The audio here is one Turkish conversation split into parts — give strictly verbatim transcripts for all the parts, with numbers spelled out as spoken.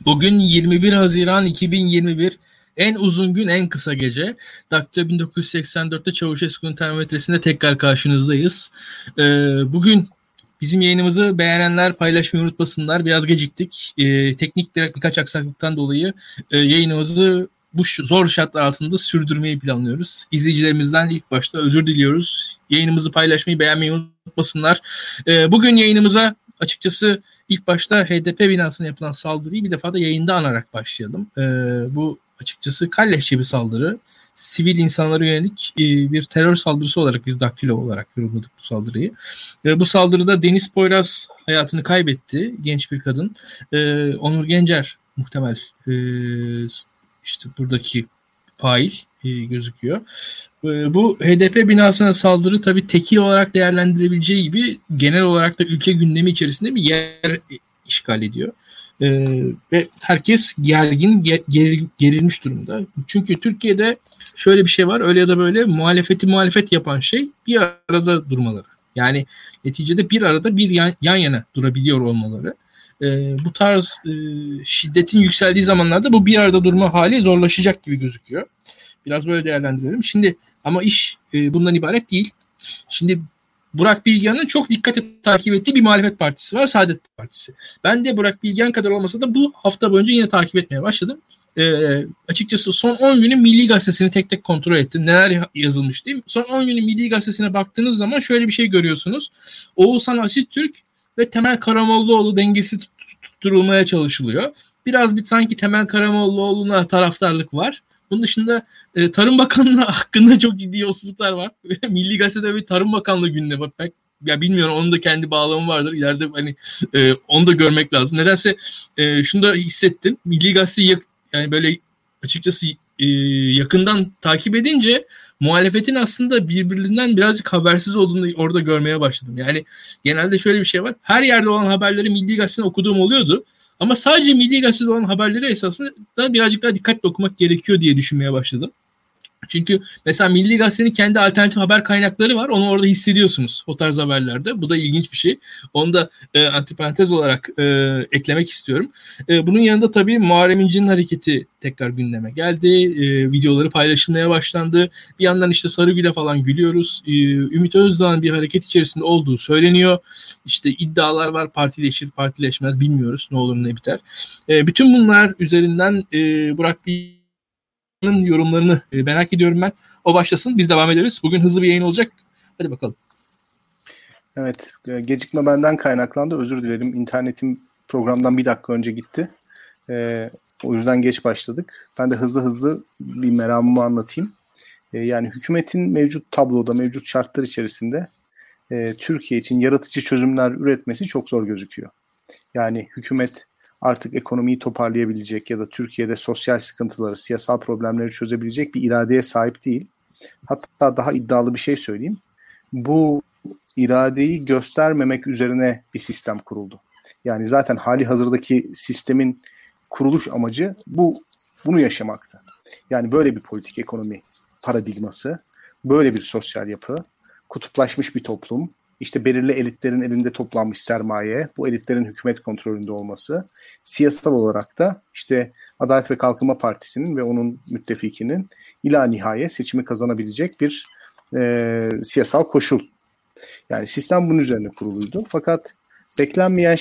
Bugün yirmi bir Haziran iki bin yirmi bir, en uzun gün en kısa gece. Daktilo bin dokuz yüz seksen dörtte Çavuşesku'nun termometresinde tekrar karşınızdayız. Ee, bugün bizim yayınımızı beğenenler paylaşmayı unutmasınlar. Biraz geciktik. Ee, teknik bir, birkaç aksaklıktan dolayı e, yayınımızı bu zor şartlar altında sürdürmeyi planlıyoruz. İzleyicilerimizden ilk başta özür diliyoruz. Yayınımızı paylaşmayı, beğenmeyi unutmasınlar. Ee, bugün yayınımıza açıkçası ilk başta H D P binasına yapılan saldırıyı bir defa da yayında anarak başlayalım. Ee, bu açıkçası kalleşçe bir saldırı. Sivil insanlara yönelik e, bir terör saldırısı olarak biz Daktilo olarak yorumladık bu saldırıyı. E, bu saldırıda Deniz Poyraz hayatını kaybetti. Genç bir kadın. E, Onur Gencer muhtemel e, işte buradaki fail e, gözüküyor. E, bu H D P binasına saldırı tabii tekil olarak değerlendirebileceği gibi genel olarak da ülke gündemi içerisinde bir yer işgal ediyor. Ee, ve herkes gergin, ger, ger, gerilmiş durumda. Çünkü Türkiye'de şöyle bir şey var, öyle ya da böyle muhalefeti muhalefet yapan şey bir arada durmaları. Yani neticede bir arada bir yan, yan yana durabiliyor olmaları. Ee, bu tarz e, şiddetin yükseldiği zamanlarda bu bir arada durma hali zorlaşacak gibi gözüküyor. Biraz böyle değerlendirelim. Şimdi ama iş e, bundan ibaret değil. Şimdi Burak Bilgehan'ın çok dikkatle takip ettiği bir muhalefet partisi var, Saadet Partisi. Ben de Burak Bilgehan kadar olmasa da bu hafta boyunca yine takip etmeye başladım. Ee, açıkçası son on günün Milli Gazetesi'ni tek tek kontrol ettim. Neler yazılmış diyeyim. Son on günün Milli Gazetesi'ne baktığınız zaman şöyle bir şey görüyorsunuz. Oğuzhan Asitürk ve Temel Karamollaoğlu dengesi tutturulmaya çalışılıyor. Biraz bir sanki Temel Karamollaoğlu'na taraftarlık var. Bunun dışında e, Tarım Bakanlığı hakkında çok ciddi yolsuzluklar var. Milli Gazete'de bir Tarım Bakanlığı gündemi var. Ben, ya bilmiyorum, onun da kendi bağlamı vardır. İleride hani e, onu da görmek lazım. Nedense e, şunu da hissettim. Milli Gazete'yi yani böyle açıkçası e, yakından takip edince muhalefetin aslında birbirinden birazcık habersiz olduğunu orada görmeye başladım. Yani genelde şöyle bir şey var. Her yerde olan haberleri Milli Gazete'den okuduğum oluyordu. Ama sadece Milli Gazete'de olan haberleri esasında birazcık daha dikkatli okumak gerekiyor diye düşünmeye başladım. Çünkü mesela Milli Gazete'nin kendi alternatif haber kaynakları var. Onu orada hissediyorsunuz o tarz haberlerde. Bu da ilginç bir şey. Onu da e, antiparantez olarak e, eklemek istiyorum. E, bunun yanında tabii Muharrem İnce'nin hareketi tekrar gündeme geldi. E, videoları paylaşılmaya başlandı. Bir yandan işte Sarıgül'e falan gülüyoruz. E, Ümit Özdağ'ın bir hareket içerisinde olduğu söyleniyor. İşte iddialar var. Partileşir, partileşmez bilmiyoruz. Ne olur ne biter. E, bütün bunlar üzerinden e, Burak bir yorumlarını merak ediyorum ben. O başlasın, biz devam ederiz. Bugün hızlı bir yayın olacak. Hadi bakalım. Evet, gecikme benden kaynaklandı. Özür dilerim. İnternetim programdan bir dakika önce gitti. Ee, o yüzden geç başladık. Ben de hızlı hızlı bir meramımı anlatayım. Ee, yani hükümetin mevcut tabloda, mevcut şartlar içerisinde e, Türkiye için yaratıcı çözümler üretmesi çok zor gözüküyor. Yani hükümet artık ekonomiyi toparlayabilecek ya da Türkiye'de sosyal sıkıntıları, siyasal problemleri çözebilecek bir iradeye sahip değil. Hatta daha iddialı bir şey söyleyeyim. Bu iradeyi göstermemek üzerine bir sistem kuruldu. Yani zaten hali hazırdaki sistemin kuruluş amacı bu, bunu yaşamaktı. Yani böyle bir politik ekonomi paradigması, böyle bir sosyal yapı, kutuplaşmış bir toplum, İşte belirli elitlerin elinde toplanmış sermaye, bu elitlerin hükümet kontrolünde olması, siyasal olarak da işte Adalet ve Kalkınma Partisi'nin ve onun müttefikinin ila nihayet seçimi kazanabilecek bir e, siyasal koşul. Yani sistem bunun üzerine kuruluydu. Fakat beklenmeyen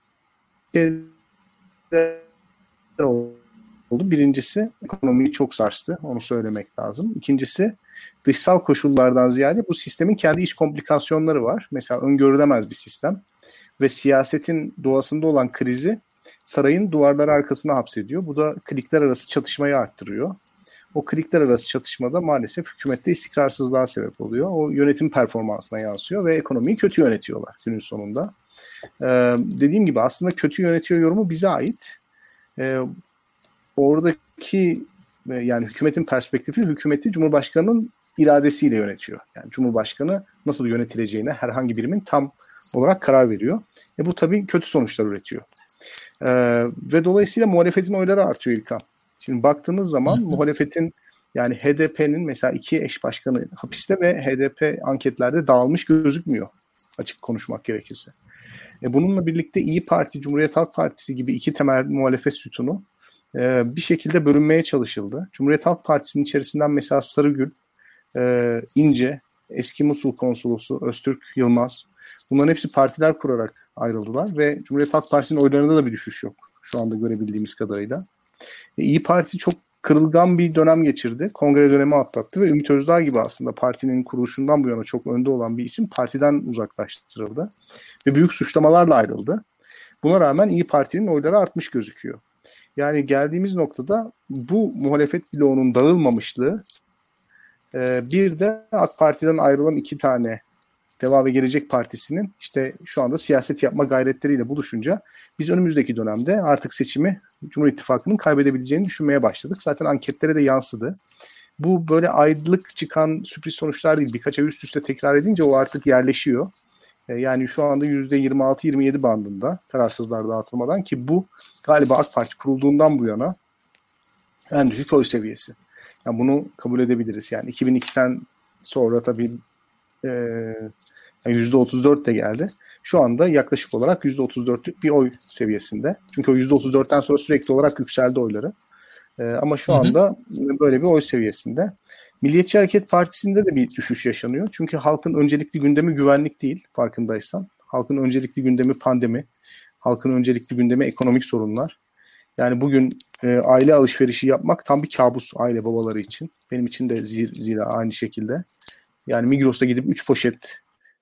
şeyler oldu. Birincisi ekonomiyi çok sarstı, onu söylemek lazım. İkincisi dışsal koşullardan ziyade bu sistemin kendi iç komplikasyonları var. Mesela öngörülemez bir sistem ve siyasetin doğasında olan krizi sarayın duvarları arkasına hapsediyor. Bu da klikler arası çatışmayı arttırıyor. O klikler arası çatışmada maalesef hükümette istikrarsızlığa sebep oluyor. O yönetim performansına yansıyor ve ekonomiyi kötü yönetiyorlar günün sonunda. Ee, dediğim gibi aslında kötü yönetiyor yorumu bize ait. Ee, oradaki yani hükümetin perspektifi hükümeti Cumhurbaşkanı'nın iradesiyle yönetiyor. Yani Cumhurbaşkanı nasıl yönetileceğine herhangi birimin tam olarak karar veriyor. E bu tabii kötü sonuçlar üretiyor. Ee, ve dolayısıyla muhalefetin oyları artıyor İlkan. Şimdi baktığınız zaman muhalefetin yani H D P'nin mesela iki eş başkanı hapiste ve H D P anketlerde dağılmış gözükmüyor. Açık konuşmak gerekirse. E, bununla birlikte İyi Parti, Cumhuriyet Halk Partisi gibi iki temel muhalefet sütunu e, bir şekilde bölünmeye çalışıldı. Cumhuriyet Halk Partisi'nin içerisinden mesela Sarıgül, e, İnce, eski Musul Konsolosu Öztürk Yılmaz, bunların hepsi partiler kurarak ayrıldılar ve Cumhuriyet Halk Partisi'nin oylarında da bir düşüş yok şu anda görebildiğimiz kadarıyla. E, İyi Parti çok kırılgan bir dönem geçirdi. Kongre dönemi atlattı ve Ümit Özdağ gibi aslında partinin kuruluşundan bu yana çok önde olan bir isim partiden uzaklaştırıldı. Ve büyük suçlamalarla ayrıldı. Buna rağmen İyi Parti'nin oyları artmış gözüküyor. Yani geldiğimiz noktada bu muhalefet bloğunun dağılmamışlığı, bir de AK Parti'den ayrılan iki tane Deva ve Gelecek Partisi'nin işte şu anda siyaset yapma gayretleriyle buluşunca biz önümüzdeki dönemde artık seçimi Cumhur İttifakı'nın kaybedebileceğini düşünmeye başladık. Zaten anketlere de yansıdı. Bu böyle aylık çıkan sürpriz sonuçlar değil. Birkaç ay üst üste tekrar edince o artık yerleşiyor. Yani şu anda yüzde yirmi altı yirmi yedi bandında kararsızlar dağıtılmadan, ki bu galiba AK Parti kurulduğundan bu yana en düşük oy seviyesi. Yani bunu kabul edebiliriz. Yani iki bin ikiden sonra tabii e, yani yüzde otuz dört de geldi. Şu anda yaklaşık olarak yüzde otuz dörtlük bir oy seviyesinde. Çünkü o yüzde otuz dörtten sonra sürekli olarak yükseldi oyları. E, ama şu anda hı hı. böyle bir oy seviyesinde. Milliyetçi Hareket Partisi'nde de bir düşüş yaşanıyor. Çünkü halkın öncelikli gündemi güvenlik değil, farkındaysan. Halkın öncelikli gündemi pandemi. Halkın öncelikli gündemi ekonomik sorunlar. Yani bugün e, aile alışverişi yapmak tam bir kabus aile babaları için. Benim için de zira aynı şekilde. Yani Migros'a gidip üç poşet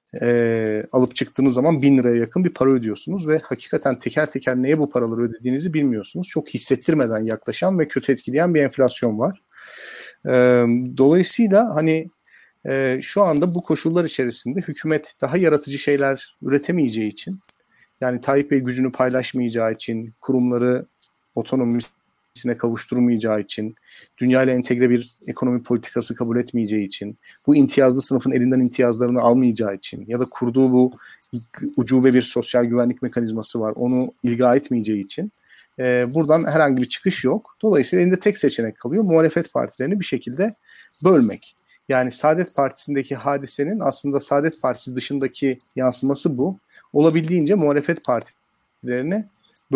e, alıp çıktığınız zaman bin liraya yakın bir para ödüyorsunuz ve hakikaten teker teker neye bu paraları ödediğinizi bilmiyorsunuz. Çok hissettirmeden yaklaşan ve kötü etkileyen bir enflasyon var. E, dolayısıyla hani e, şu anda bu koşullar içerisinde hükümet daha yaratıcı şeyler üretemeyeceği için, yani Tayyip Bey gücünü paylaşmayacağı için, kurumları otonomisine kavuşturmayacağı için, dünyayla entegre bir ekonomi politikası kabul etmeyeceği için, bu imtiyazlı sınıfın elinden imtiyazlarını almayacağı için ya da kurduğu bu ucube bir sosyal güvenlik mekanizması var, onu ilga etmeyeceği için e, buradan herhangi bir çıkış yok. Dolayısıyla elinde tek seçenek kalıyor: muhalefet partilerini bir şekilde bölmek. Yani Saadet Partisi'ndeki hadisenin aslında Saadet Partisi dışındaki yansıması bu. Olabildiğince muhalefet partilerini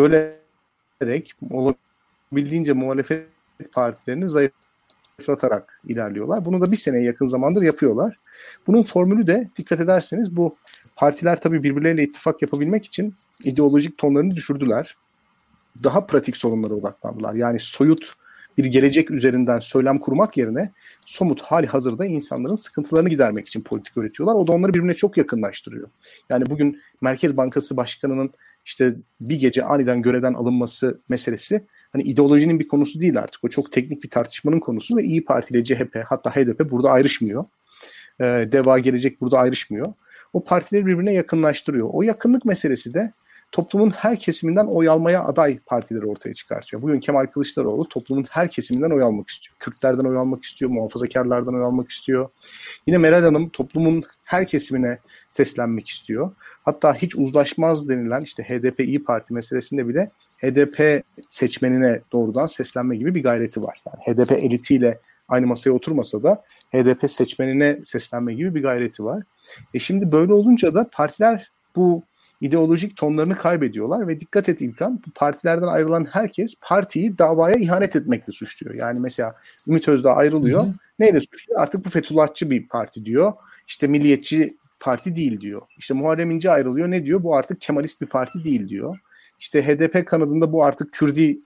bölerek, olabildiğince muhalefet partilerini zayıflatarak ilerliyorlar. Bunu da bir seneye yakın zamandır yapıyorlar. Bunun formülü de dikkat ederseniz, bu partiler tabii birbirleriyle ittifak yapabilmek için ideolojik tonlarını düşürdüler. Daha pratik sorunlara odaklandılar. Yani soyut bir gelecek üzerinden söylem kurmak yerine somut hali hazırda insanların sıkıntılarını gidermek için politik üretiyorlar. O da onları birbirine çok yakınlaştırıyor. Yani bugün Merkez Bankası Başkanı'nın işte bir gece aniden görevden alınması meselesi hani ideolojinin bir konusu değil artık. O çok teknik bir tartışmanın konusu ve İyi Parti ile C H P, hatta H D P burada ayrışmıyor. Ee, Deva Gelecek burada ayrışmıyor. O partileri birbirine yakınlaştırıyor. O yakınlık meselesi de toplumun her kesiminden oy almaya aday partileri ortaya çıkartıyor. Bugün Kemal Kılıçdaroğlu toplumun her kesiminden oy almak istiyor. Kürtlerden oy almak istiyor, muhafazakarlardan oy almak istiyor. Yine Meral Hanım toplumun her kesimine seslenmek istiyor. Hatta hiç uzlaşmaz denilen işte H D P İyi Parti meselesinde bile H D P seçmenine doğrudan seslenme gibi bir gayreti var. Yani H D P elitiyle aynı masaya oturmasa da H D P seçmenine seslenme gibi bir gayreti var. E şimdi böyle olunca da partiler bu ideolojik tonlarını kaybediyorlar ve dikkat et İlkan, bu partilerden ayrılan herkes partiyi davaya ihanet etmekle suçluyor. Yani mesela Ümit Özdağ ayrılıyor. Hı hı. Neyle suçluyor? Artık bu Fethullahçı bir parti diyor. İşte milliyetçi parti değil diyor. İşte Muharrem İnce ayrılıyor. Ne diyor? Bu artık Kemalist bir parti değil diyor. İşte H D P kanadında bu artık Kürdi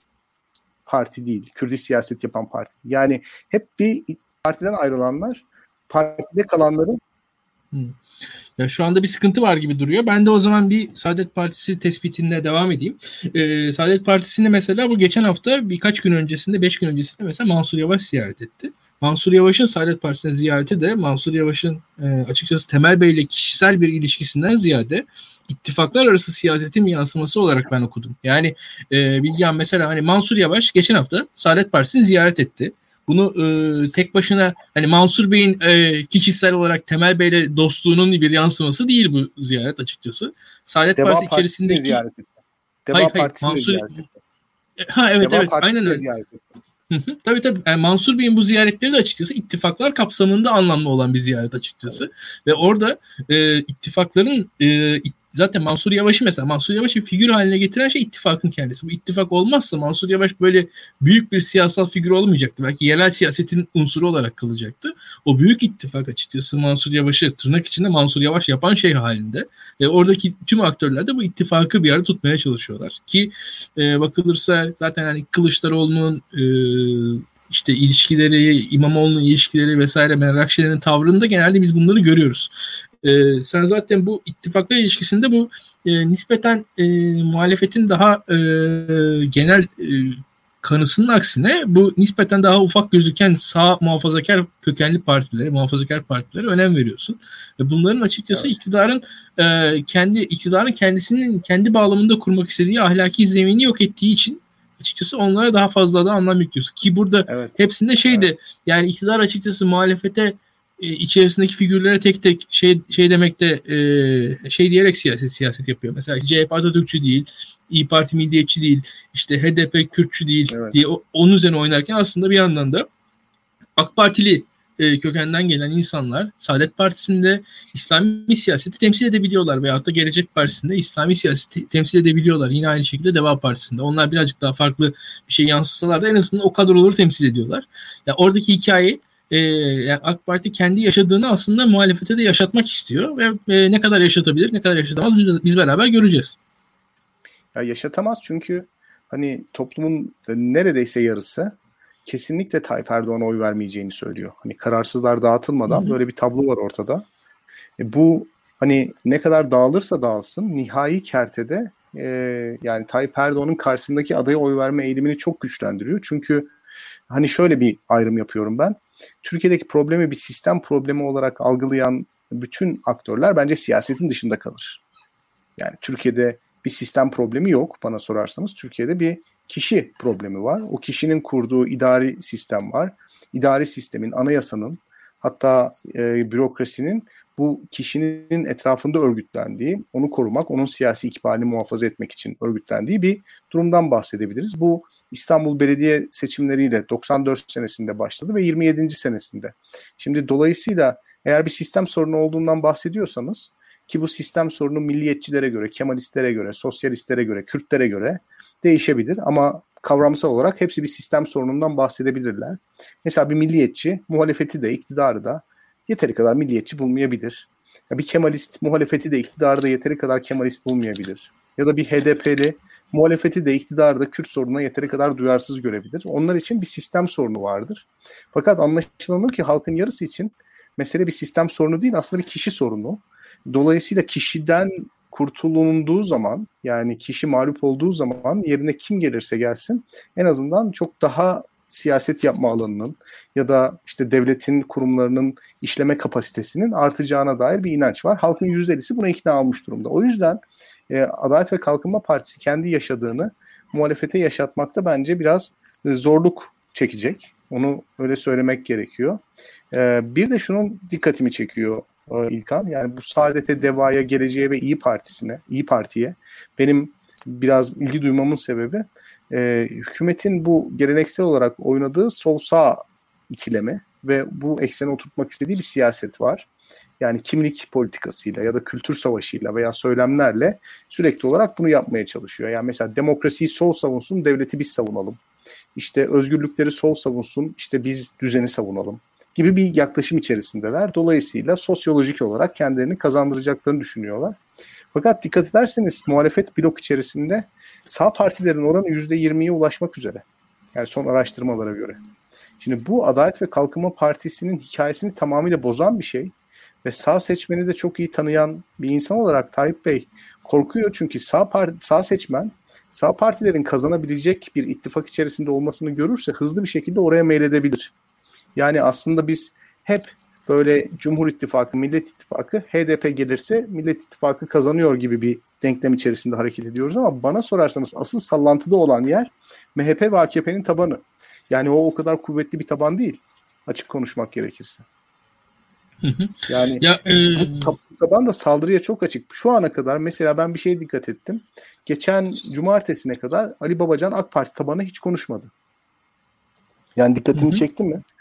parti değil. Kürdi siyaset yapan parti. Yani hep bir partiden ayrılanlar partide kalanların. Hmm. Ya şu anda bir sıkıntı var gibi duruyor. Ben de o zaman bir Saadet Partisi tespitinde devam edeyim. Ee, Saadet Partisi'ni mesela bu geçen hafta birkaç gün öncesinde, beş gün öncesinde mesela Mansur Yavaş ziyaret etti. Mansur Yavaş'ın Saadet Partisi'ne ziyareti de Mansur Yavaş'ın e, açıkçası Temel Bey ile kişisel bir ilişkisinden ziyade ittifaklar arası siyasetin yansıması olarak ben okudum. Yani e, Bilgehan mesela hani Mansur Yavaş geçen hafta Saadet Partisi'ni ziyaret etti. Bunu e, tek başına hani Mansur Bey'in e, kişisel olarak Temel Bey'le dostluğunun bir yansıması değil bu ziyaret açıkçası. Saadet Deva Partisi içerisindeki ziyaret etti. Deva hayır, Partisi'ni hayır, Mansur... ziyaret etti. Ha evet Deva evet aynen öyle. Ziyaret etti. Tabii tabii. Yani Mansur Bey'in bu ziyaretleri de açıkçası ittifaklar kapsamında anlamlı olan bir ziyaret açıkçası. Ve orada e, ittifakların e, zaten Mansur Yavaş'ı mesela Mansur Yavaş'ı figür haline getiren şey ittifakın kendisi. Bu ittifak olmazsa Mansur Yavaş böyle büyük bir siyasal figür olmayacaktı. Belki yerel siyasetin unsuru olarak kalacaktı. O büyük ittifak açıkçası Mansur Yavaş'ı tırnak içinde Mansur Yavaş yapan şey halinde. Ve oradaki tüm aktörler de bu ittifakı bir arada tutmaya çalışıyorlar. Ki e, bakılırsa zaten hani Kılıçdaroğlu'nun e, işte ilişkileri, İmamoğlu'nun ilişkileri vesaire, Meral Akşener'in tavrında genelde biz bunları görüyoruz. Ee, sen zaten bu ittifaklar ilişkisinde bu e, nispeten e, muhalefetin daha e, genel e, kanısının aksine bu nispeten daha ufak gözüken sağ muhafazakar kökenli partilere, muhafazakar partilere önem veriyorsun. Ve bunların açıkçası evet. iktidarın e, kendi iktidarın kendisinin kendi bağlamında kurmak istediği ahlaki zemini yok ettiği için açıkçası onlara daha fazla da anlam yüklüyorsun. Ki burada evet. hepsinde şeydi evet. yani iktidar açıkçası muhalefete e, içerisindeki figürlere tek tek şey şey demekte e, şey diyerek siyaset siyaset yapıyor. Mesela C H P Atatürkçü değil, İYİ Parti milliyetçi değil, işte H D P Kürtçü değil evet. diye o, onun üzerine oynarken aslında bir yandan da AK Partili e, kökenden gelen insanlar Saadet Partisi'nde İslami siyaseti temsil edebiliyorlar veyahut da Gelecek Partisi'nde İslami siyaseti temsil edebiliyorlar. Yine aynı şekilde Deva Partisi'nde. Onlar birazcık daha farklı bir şey yansısalar da en azından o kadroları temsil ediyorlar. Yani oradaki hikaye e, yani AK Parti kendi yaşadığını aslında muhalefete de yaşatmak istiyor ve e, ne kadar yaşatabilir, ne kadar yaşatamaz biz, biz beraber göreceğiz. Ya yaşatamaz çünkü hani toplumun neredeyse yarısı kesinlikle Tayyip Erdoğan'a oy vermeyeceğini söylüyor. Hani kararsızlar dağıtılmadan hı hı. böyle bir tablo var ortada. E bu hani ne kadar dağılırsa dağılsın nihai kertede e, yani Tayyip Erdoğan'ın karşısındaki adaya oy verme eğilimini çok güçlendiriyor. Çünkü hani şöyle bir ayrım yapıyorum ben. Türkiye'deki problemi bir sistem problemi olarak algılayan bütün aktörler bence siyasetin dışında kalır. Yani Türkiye'de bir sistem problemi yok bana sorarsanız. Türkiye'de bir kişi problemi var. O kişinin kurduğu idari sistem var. İdari sistemin, anayasanın, hatta e, bürokrasinin bu kişinin etrafında örgütlendiği, onu korumak, onun siyasi ikbalini muhafaza etmek için örgütlendiği bir durumdan bahsedebiliriz. Bu İstanbul Belediye seçimleriyle doksan dört senesinde başladı ve yirmi yedinci senesinde. Şimdi dolayısıyla eğer bir sistem sorunu olduğundan bahsediyorsanız, ki bu sistem sorunu milliyetçilere göre, Kemalistlere göre, sosyalistlere göre, Kürtlere göre değişebilir ama kavramsal olarak hepsi bir sistem sorunundan bahsedebilirler. Mesela bir milliyetçi muhalefeti de iktidarı da yeteri kadar milliyetçi bulmayabilir. Ya bir Kemalist muhalefeti de iktidarı da yeteri kadar Kemalist bulmayabilir. Ya da bir H D P'li muhalefeti de iktidarı da Kürt sorununa yeteri kadar duyarsız görebilir. Onlar için bir sistem sorunu vardır. Fakat anlaşılan o ki halkın yarısı için mesele bir sistem sorunu değil, aslında bir kişi sorunu. Dolayısıyla kişiden kurtulunduğu zaman, yani kişi mağlup olduğu zaman yerine kim gelirse gelsin en azından çok daha siyaset yapma alanının ya da işte devletin kurumlarının işleme kapasitesinin artacağına dair bir inanç var. Halkın yüzde ellisi buna ikna almış durumda. O yüzden e, Adalet ve Kalkınma Partisi kendi yaşadığını muhalefete yaşatmakta bence biraz e, zorluk çekecek. Onu öyle söylemek gerekiyor. E, bir de şunun dikkatimi çekiyor İlkan. Yani bu Saadet'e, Deva'ya, Geleceğe ve İyi Partisi'ne, İyi Parti'ye benim biraz ilgi duymamın sebebi e, hükümetin bu geleneksel olarak oynadığı sol-sağ ikilemi ve bu eksene oturtmak istediği bir siyaset var. Yani kimlik politikasıyla ya da kültür savaşıyla veya söylemlerle sürekli olarak bunu yapmaya çalışıyor. Yani mesela demokrasiyi sol savunsun, devleti biz savunalım. İşte özgürlükleri sol savunsun, işte biz düzeni savunalım gibi bir yaklaşım içerisindeler. Dolayısıyla sosyolojik olarak kendilerini kazandıracaklarını düşünüyorlar. Fakat dikkat ederseniz muhalefet blok içerisinde sağ partilerin oranı yüzde yirmiye ulaşmak üzere. Yani son araştırmalara göre. Şimdi bu Adalet ve Kalkınma Partisi'nin hikayesini tamamıyla bozan bir şey. Ve sağ seçmeni de çok iyi tanıyan bir insan olarak Tayyip Bey korkuyor. Çünkü sağ, parti, sağ seçmen sağ partilerin kazanabilecek bir ittifak içerisinde olmasını görürse hızlı bir şekilde oraya meyledebilir. Yani aslında biz hep böyle Cumhur İttifakı, Millet İttifakı, H D P gelirse Millet İttifakı kazanıyor gibi bir denklem içerisinde hareket ediyoruz ama bana sorarsanız asıl sallantıda olan yer M H P ve A K P'nin tabanı. Yani o o kadar kuvvetli bir taban değil. Açık konuşmak gerekirse. Yani ya, e... bu taban da saldırıya çok açık. Şu ana kadar mesela ben bir şeye dikkat ettim. Geçen cumartesine kadar Ali Babacan AK Parti tabanı hiç konuşmadı. Yani dikkatini çekti mi?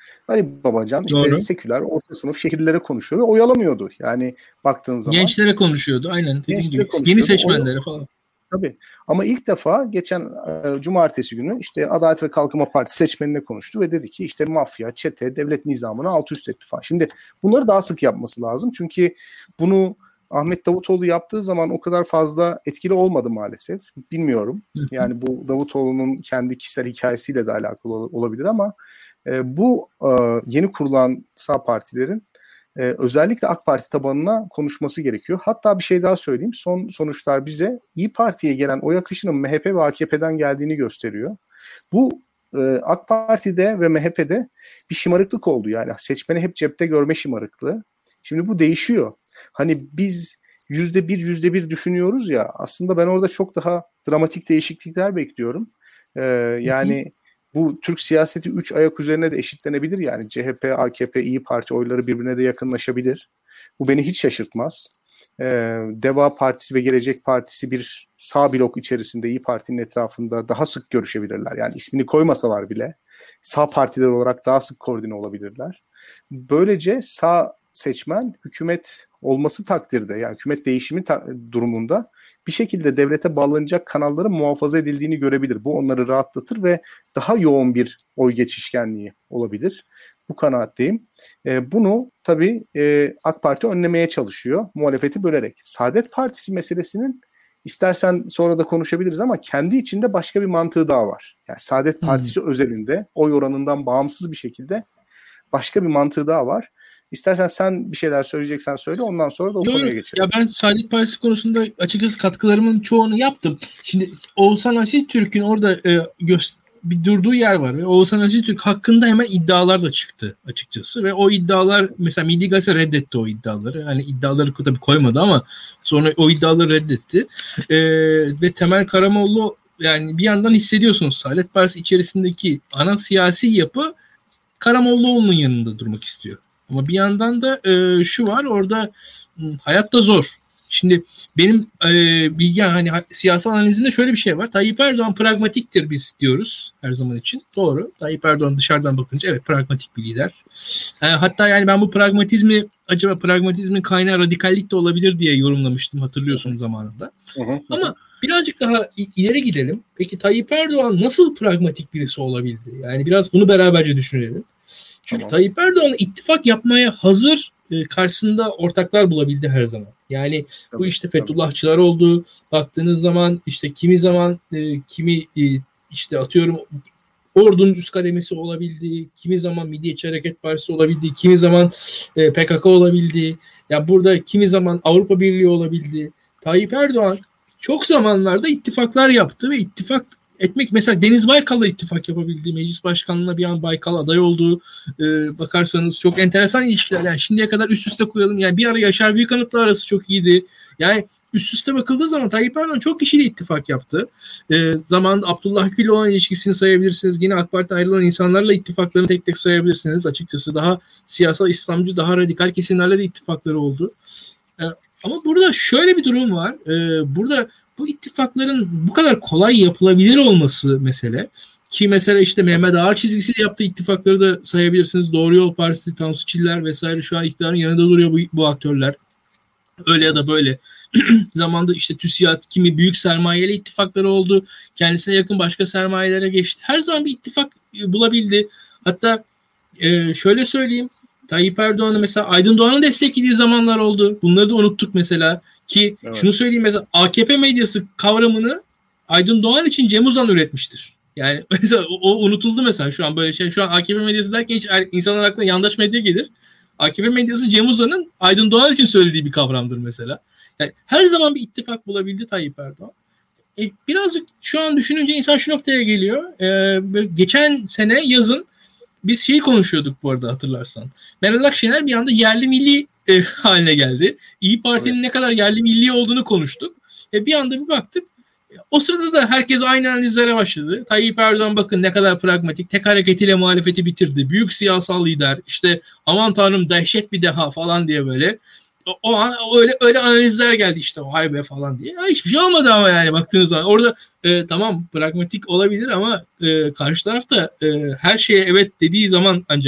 Ali Babacan işte Doğru. seküler, orta sınıf şehirlere konuşuyor ve oyalamıyordu. Yani baktığın zaman. Gençlere konuşuyordu aynen. Dediğim gibi. Yeni seçmenlere falan. Tabii. Ama ilk defa geçen e, cumartesi günü işte Adalet ve Kalkınma Partisi seçmenine konuştu ve dedi ki işte mafya, çete, devlet nizamını alt üst etti falan. Şimdi bunları daha sık yapması lazım. Çünkü bunu Ahmet Davutoğlu yaptığı zaman o kadar fazla etkili olmadı maalesef. Bilmiyorum. Yani bu Davutoğlu'nun kendi kişisel hikayesiyle de alakalı olabilir ama e, bu e, yeni kurulan sağ partilerin Ee, özellikle AK Parti tabanına konuşması gerekiyor. Hatta bir şey daha söyleyeyim. Son sonuçlar bize İYİ Parti'ye gelen oy akışının M H P ve A K P'den geldiğini gösteriyor. Bu e, AK Parti'de ve M H P'de bir şımarıklık oldu. Yani seçmeni hep cepte görme şımarıklığı. Şimdi bu değişiyor. Hani biz yüzde bir, yüzde bir düşünüyoruz ya, aslında ben orada çok daha dramatik değişiklikler bekliyorum. Ee, yani bu Türk siyaseti üç ayak üzerine de eşitlenebilir. Yani C H P, A K P, İYİ Parti oyları birbirine de yakınlaşabilir. Bu beni hiç şaşırtmaz. Ee, Deva Partisi ve Gelecek Partisi bir sağ blok içerisinde İYİ Parti'nin etrafında daha sık görüşebilirler. Yani ismini koymasalar bile sağ partiler olarak daha sık koordine olabilirler. Böylece sağ seçmen hükümet olması takdirde, yani hükümet değişimi ta- durumunda bir şekilde devlete bağlanacak kanalların muhafaza edildiğini görebilir. Bu onları rahatlatır ve daha yoğun bir oy geçişkenliği olabilir. Bu kanaatteyim. E, bunu tabii e, AK Parti önlemeye çalışıyor, muhalefeti bölerek. Saadet Partisi meselesinin istersen sonra da konuşabiliriz ama kendi içinde başka bir mantığı daha var. Yani Saadet Partisi hmm. özelinde oy oranından bağımsız bir şekilde başka bir mantığı daha var. İstersen sen bir şeyler söyleyeceksen söyle, ondan sonra da o Yok, konuya geçelim. Ya ben Saadet Partisi konusunda açıkçası katkılarımın çoğunu yaptım. Şimdi Oğuzhan Asiltürk'ün orada e, gö- bir durduğu yer var ve Oğuzhan Asiltürk hakkında hemen iddialar da çıktı açıkçası ve o iddialar mesela Milli Gazete reddetti o iddiaları. Hani iddiaları tabii koymadı ama sonra o iddiaları reddetti. E, ve Temel Karamoğlu, yani bir yandan hissediyorsunuz Saadet Partisi içerisindeki ana siyasi yapı Karamollaoğlu'nun yanında durmak istiyor. Ama bir yandan da e, şu var, orada hayat da zor. Şimdi benim e, bilgi hani siyasal analizimde şöyle bir şey var. Tayyip Erdoğan pragmatiktir biz diyoruz her zaman için. Doğru. Tayyip Erdoğan dışarıdan bakınca evet pragmatik bir lider. E, hatta yani ben bu pragmatizmi, acaba pragmatizmin kaynağı radikallik de olabilir diye yorumlamıştım, hatırlıyorsun zamanında. Hı hı. Ama birazcık daha ileri gidelim. Peki Tayyip Erdoğan nasıl pragmatik birisi olabildi? Yani biraz bunu beraberce düşünelim. Çünkü tamam. Tayyip Erdoğan ittifak yapmaya hazır, e, karşısında ortaklar bulabildi her zaman. Yani tabii, bu işte Fethullahçılar tabii. oldu. Baktığınız zaman işte kimi zaman e, kimi e, işte atıyorum ordunun üst kademesi olabildi. Kimi zaman Milliyetçi Hareket Partisi olabildi. Kimi zaman e, P K K olabildi. Ya burada kimi zaman Avrupa Birliği olabildi. Tayyip Erdoğan çok zamanlarda ittifaklar yaptı ve ittifak etmek, mesela Deniz Baykal'la ittifak yapabildiği, meclis başkanlığına bir an Baykal aday olduğu, e, bakarsanız çok enteresan ilişkiler. Yani şimdiye kadar üst üste koyalım. Yani bir ara Yaşar Büyükanıt'la arası çok iyiydi. Yani üst üste bakıldığı zaman Tayyip Erdoğan çok kişiyle ittifak yaptı. E, zamanında Abdullah Gül'le olan ilişkisini sayabilirsiniz. Yine AK Parti'den ayrılan insanlarla ittifaklarını tek tek sayabilirsiniz. Açıkçası daha siyasal İslamcı, daha radikal kesimlerle de ittifakları oldu. E, ama burada şöyle bir durum var. E, burada bu ittifakların bu kadar kolay yapılabilir olması mesele. Ki mesela işte Mehmet Ağar çizgisiyle yaptığı ittifakları da sayabilirsiniz. Doğru Yol Partisi, Tansu Çiller vesaire şu an iktidarın yanında duruyor bu, bu aktörler. Öyle ya da böyle. Zamanında işte TÜSİAD kimi büyük sermayeyle ittifakları oldu. Kendisine yakın başka sermayelere geçti. Her zaman bir ittifak bulabildi. Hatta e, şöyle söyleyeyim. Tayyip Erdoğan'ı mesela Aydın Doğan'ın desteklediği zamanlar oldu. Bunları da unuttuk mesela. Ki evet. Şunu söyleyeyim, mesela A K P medyası kavramını Aydın Doğan için Cem Uzan üretmiştir. Yani mesela o, o unutuldu mesela şu an böyle şey. Şu an A K P medyası derken hiç insanlar aklına yandaş medya gelir. A K P medyası Cem Uzan'ın Aydın Doğan için söylediği bir kavramdır mesela. Yani her zaman bir ittifak bulabildi Tayyip Erdoğan. E, birazcık şu an düşününce insan şu noktaya geliyor. E, geçen sene yazın biz şeyi konuşuyorduk bu arada, hatırlarsan. Meral Akşener bir anda yerli milli e, haline geldi. İYİ Parti'nin evet. ne kadar yerli milli olduğunu konuştuk. E, bir anda bir baktık. O sırada da herkes aynı analizlere başladı. Tayyip Erdoğan bakın ne kadar pragmatik. Tek hareketiyle muhalefeti bitirdi. Büyük siyasal lider. İşte aman tanrım dehşet bir deha falan diye böyle. O, o an öyle öyle analizler geldi işte, vay be falan diye. Ya hiçbir şey olmadı ama yani baktığınız zaman. Orada e, tamam pragmatik olabilir ama e, karşı taraf da e, her şeye evet dediği zaman ancak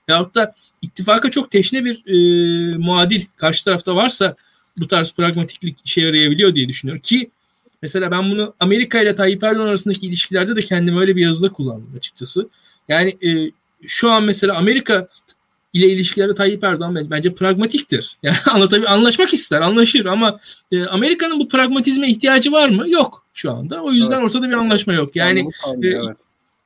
Yahut da ittifaka çok teşne bir e, muadil karşı tarafta varsa bu tarz pragmatiklik işe yarayabiliyor diye düşünüyorum. Ki mesela ben bunu Amerika ile Tayyip Erdoğan arasındaki ilişkilerde de kendimi öyle bir yazıda kullandım açıkçası. Yani e, şu an mesela Amerika ile ilişkilerde Tayyip Erdoğan bence pragmatiktir. Yani anlatabil anlaşmak ister, anlaşır ama e, Amerika'nın bu pragmatizme ihtiyacı var mı? Yok şu anda. O yüzden evet, ortada bir anlaşma yok. Yani e, evet.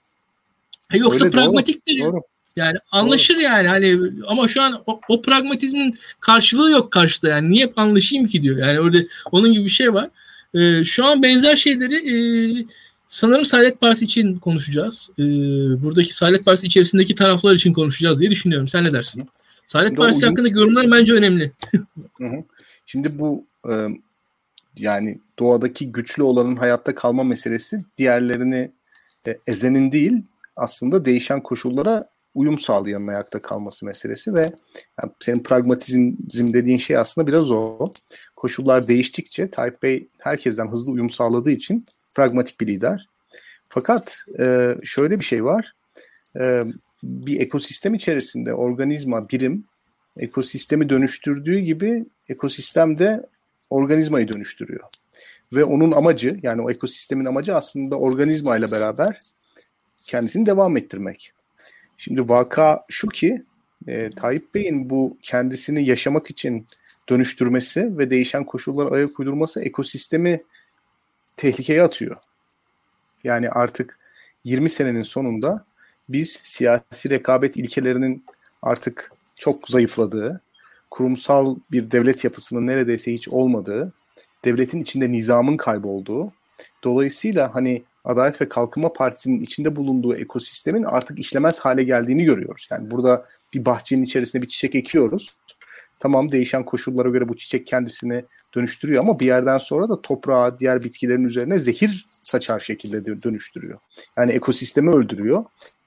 Yoksa öyle, pragmatiktir. Doğru, doğru. Yani anlaşır doğru. Yani hani ama şu an o, o pragmatizmin karşılığı yok karşıda yani. Niye anlaşayım ki diyor. Yani orada onun gibi bir şey var. E, şu an benzer şeyleri e, sanırım Saadet Partisi için konuşacağız. Ee, buradaki Saadet Partisi içerisindeki taraflar için konuşacağız diye düşünüyorum. Sen ne dersin? Saadet Şimdi Partisi uyum... hakkındaki yorumlar bence önemli. Hı hı. Şimdi bu e, yani doğadaki güçlü olanın hayatta kalma meselesi diğerlerini e, ezenin değil aslında değişen koşullara uyum sağlayan ayakta kalması meselesi ve yani senin pragmatizm dediğin şey aslında biraz o. Koşullar değiştikçe Tayyip Bey herkesten hızlı uyum sağladığı için pragmatik bir lider. Fakat e, şöyle bir şey var. E, bir ekosistem içerisinde organizma, birim ekosistemi dönüştürdüğü gibi ekosistem de organizmayı dönüştürüyor. Ve onun amacı, yani o ekosistemin amacı aslında organizmayla beraber kendisini devam ettirmek. Şimdi vaka şu ki e, Tayyip Bey'in bu kendisini yaşamak için dönüştürmesi ve değişen koşullara ayak uydurması ekosistemi tehlikeye atıyor. Yani artık yirmi senenin sonunda biz siyasi rekabet ilkelerinin artık çok zayıfladığı, kurumsal bir devlet yapısının neredeyse hiç olmadığı, devletin içinde nizamın kaybolduğu, dolayısıyla hani Adalet ve Kalkınma Partisi'nin içinde bulunduğu ekosistemin artık işlemez hale geldiğini görüyoruz. Yani burada bir bahçenin içerisine bir çiçek ekiyoruz. Tamam, değişen koşullara göre bu çiçek kendisini dönüştürüyor ama bir yerden sonra da toprağa, diğer bitkilerin üzerine zehir saçar şekilde dönüştürüyor. Yani ekosistemi öldürüyor.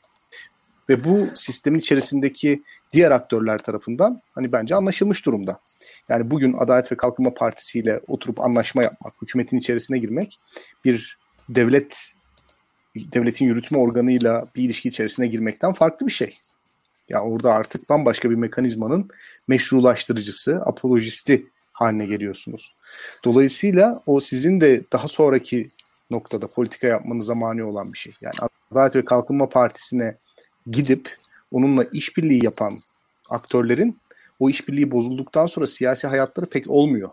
Ve bu sistemin içerisindeki diğer aktörler tarafından hani bence anlaşılmış durumda. Yani bugün Adalet ve Kalkınma Partisi ile oturup anlaşma yapmak, hükümetin içerisine girmek, bir devlet devletin yürütme organıyla bir ilişki içerisine girmekten farklı bir şey. Ya orada artık bambaşka bir mekanizmanın meşrulaştırıcısı, apolojisti haline geliyorsunuz. Dolayısıyla o sizin de daha sonraki noktada politika yapmanıza mani olan bir şey. Yani Adalet ve Kalkınma Partisi'ne gidip onunla işbirliği yapan aktörlerin o işbirliği bozulduktan sonra siyasi hayatları pek olmuyor.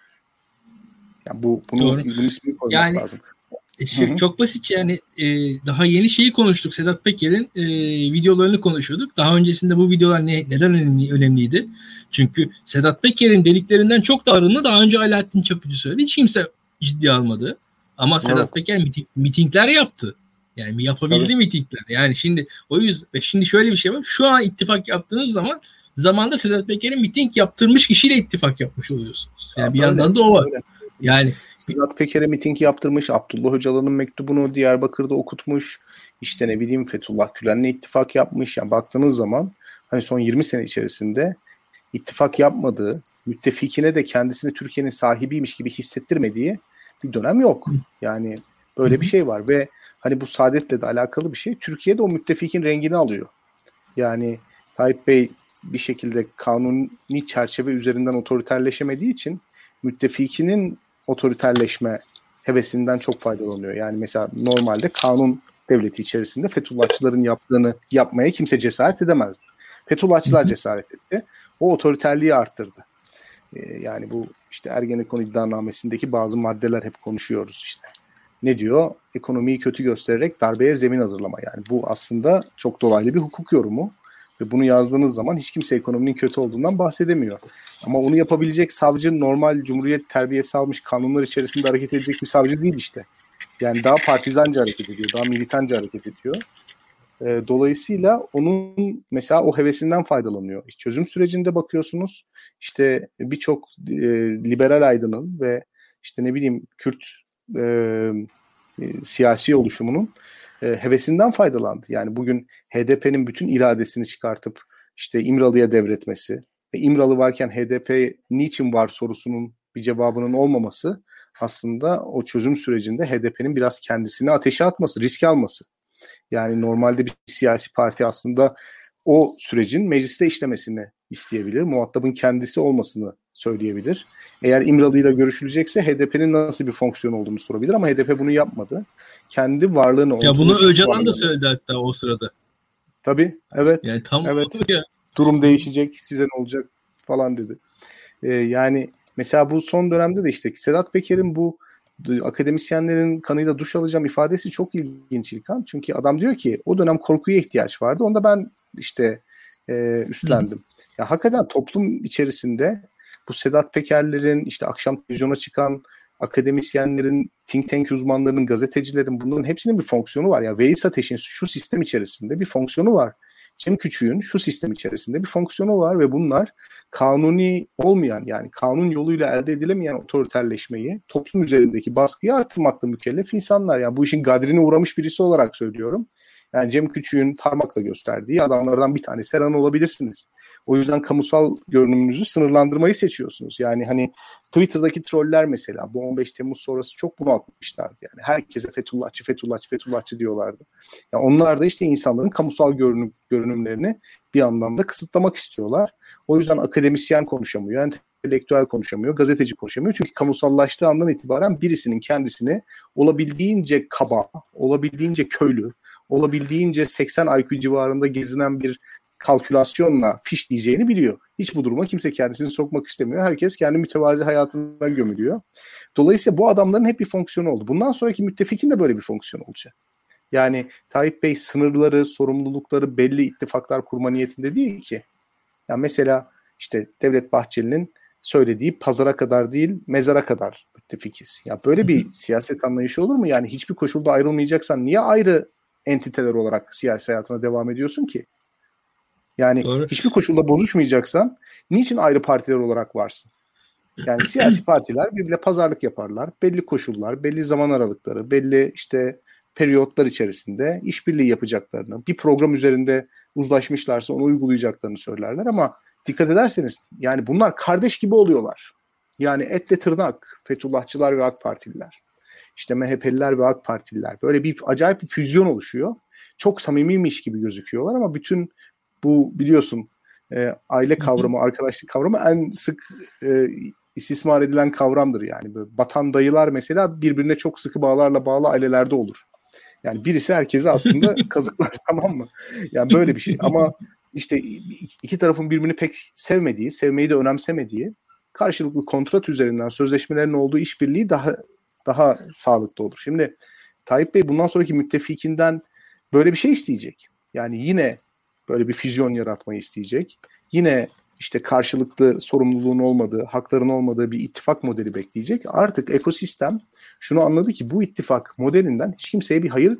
Yani bu bunu, bunu ismini koymak yani, lazım. Şey, çok basit yani e, daha yeni şeyi konuştuk. Sedat Peker'in e, videolarını konuşuyorduk. Daha öncesinde bu videolar ne, neden önemli, önemliydi? Çünkü Sedat Peker'in dediklerinden çok da arını daha önce Alaaddin Çakıcı söyledi. Hiç kimse ciddiye almadı. Ama evet. Sedat Peker miting, mitingler yaptı. Yani yapabildi Tabii. mitingler. Yani şimdi o yüzden ve şimdi şöyle bir şey var. Şu an ittifak yaptığınız zaman zamanda Sedat Peker'in miting yaptırmış kişiyle ittifak yapmış oluyorsunuz. Yani ya bir öyle, yandan da o var. Öyle. Yani Sedat Peker'e miting yaptırmış, Abdullah Öcalan'ın mektubunu Diyarbakır'da okutmuş, işte ne bileyim Fethullah Gülen'le ittifak yapmış. Yani baktığınız zaman hani son yirmi sene içerisinde ittifak yapmadığı, müttefikine de kendisini Türkiye'nin sahibiymiş gibi hissettirmediği bir dönem yok. Yani böyle bir şey var ve hani bu Saadet'le de alakalı bir şey. Türkiye'de o müttefikin rengini alıyor. Yani Tayyip Bey bir şekilde kanuni çerçeve üzerinden otoriterleşemediği için müttefikinin otoriterleşme hevesinden çok faydalanıyor. Yani mesela normalde kanun devleti içerisinde Fethullahçıların yaptığını yapmaya kimse cesaret edemezdi. Fethullahçılar cesaret etti. O otoriterliği arttırdı. Ee, yani bu işte Ergenekon iddianamesindeki bazı maddeler hep konuşuyoruz işte. Ne diyor? Ekonomiyi kötü göstererek darbeye zemin hazırlama. Yani bu aslında çok dolaylı bir hukuk yorumu. Ve bunu yazdığınız zaman hiç kimse ekonominin kötü olduğundan bahsedemiyor. Ama onu yapabilecek savcı normal Cumhuriyet terbiyesi almış kanunlar içerisinde hareket edecek bir savcı değil işte. Yani daha partizanca hareket ediyor, daha militanca hareket ediyor. E, dolayısıyla onun mesela o hevesinden faydalanıyor. Çözüm sürecinde bakıyorsunuz işte birçok e, liberal aydının ve işte ne bileyim Kürt e, e, siyasi oluşumunun e, hevesinden faydalandı. Yani bugün H D P'nin bütün iradesini çıkartıp işte İmralı'ya devretmesi ve İmralı varken H D P niçin var sorusunun bir cevabının olmaması aslında o çözüm sürecinde H D P'nin biraz kendisini ateşe atması, risk alması. Yani normalde bir siyasi parti aslında o sürecin mecliste işlemesini isteyebilir. Muhatabın kendisi olmasını söyleyebilir. Eğer İmralı'yla görüşülecekse H D P'nin nasıl bir fonksiyon olduğunu sorabilir ama H D P bunu yapmadı. Kendi varlığını... Ya bunu Öcalan da söyledi hatta o sırada. Tabii, evet. Yani tam evet. Ya. Durum değişecek, size ne olacak falan dedi. Ee, yani mesela bu son dönemde de işte Sedat Peker'in bu akademisyenlerin kanıyla duş alacağım ifadesi çok ilginç İlkan. Çünkü adam diyor ki o dönem korkuya ihtiyaç vardı. Onda ben işte e, üstlendim. Ya hakikaten toplum içerisinde bu Sedat Peker'lerin, işte akşam televizyona çıkan akademisyenlerin, think tank uzmanlarının, gazetecilerin, bunların hepsinin bir fonksiyonu var. Ya Veys Ateş'in şu sistem içerisinde bir fonksiyonu var. Cem Küçük'ün şu sistem içerisinde bir fonksiyonu var ve bunlar kanuni olmayan, yani kanun yoluyla elde edilemeyen otoriterleşmeyi, toplum üzerindeki baskıyı artırmakla mükellef insanlar. Yani bu işin gadrine uğramış birisi olarak söylüyorum. Yani Cem Küçük'ün parmakla gösterdiği adamlardan bir tanesi her an olabilirsiniz. O yüzden kamusal görünümünüzü sınırlandırmayı seçiyorsunuz. Yani hani Twitter'daki troller mesela bu on beş Temmuz sonrası çok bunaltmışlardı. Yani herkese Fethullahçı, Fethullahçı, Fethullahçı diyorlardı. Yani onlar da işte insanların kamusal görünüm, görünümlerini bir anlamda kısıtlamak istiyorlar. O yüzden akademisyen konuşamıyor, entelektüel konuşamıyor, gazeteci konuşamıyor. Çünkü kamusallaştığı andan itibaren birisinin kendisini olabildiğince kaba, olabildiğince köylü, olabildiğince seksen I Q civarında gezinen bir kalkülasyonla fişleyeceğini biliyor. Hiç bu duruma kimse kendisini sokmak istemiyor. Herkes kendi mütevazi hayatına gömülüyor. Dolayısıyla bu adamların hep bir fonksiyonu oldu. Bundan sonraki müttefikin de böyle bir fonksiyon olacak. Yani Tayyip Bey sınırları, sorumlulukları belli ittifaklar kurma niyetinde değil ki. Ya mesela işte Devlet Bahçeli'nin söylediği pazara kadar değil, mezara kadar müttefikiz. Ya böyle bir siyaset anlayışı olur mu? Yani hiçbir koşulda ayrılmayacaksan niye ayrı entiteler olarak siyasi hayatına devam ediyorsun ki? Yani Doğru. hiçbir koşulda bozuşmayacaksan niçin ayrı partiler olarak varsın? Yani siyasi partiler birbirine pazarlık yaparlar. Belli koşullar, belli zaman aralıkları, belli işte periyotlar içerisinde işbirliği yapacaklarını, bir program üzerinde uzlaşmışlarsa onu uygulayacaklarını söylerler ama dikkat ederseniz yani bunlar kardeş gibi oluyorlar. Yani etle tırnak, Fethullahçılar ve AK Partililer, işte M H P'liler ve AK Partililer. Böyle bir acayip bir füzyon oluşuyor. Çok samimiymiş gibi gözüküyorlar ama bütün bu biliyorsun e, aile kavramı, arkadaşlık kavramı en sık e, istismar edilen kavramdır yani. Böyle batan dayılar mesela birbirine çok sıkı bağlarla bağlı ailelerde olur. Yani birisi herkese aslında kazıklar, tamam mı? Yani böyle bir şey ama işte iki tarafın birbirini pek sevmediği, sevmeyi de önemsemediği, karşılıklı kontrat üzerinden sözleşmelerin olduğu işbirliği daha daha sağlıklı olur. Şimdi Tayyip Bey bundan sonraki müttefikinden böyle bir şey isteyecek. Yani yine böyle bir füzyon yaratmayı isteyecek. Yine işte karşılıklı sorumluluğun olmadığı, hakların olmadığı bir ittifak modeli bekleyecek. Artık ekosistem şunu anladı ki bu ittifak modelinden hiç kimseye bir hayır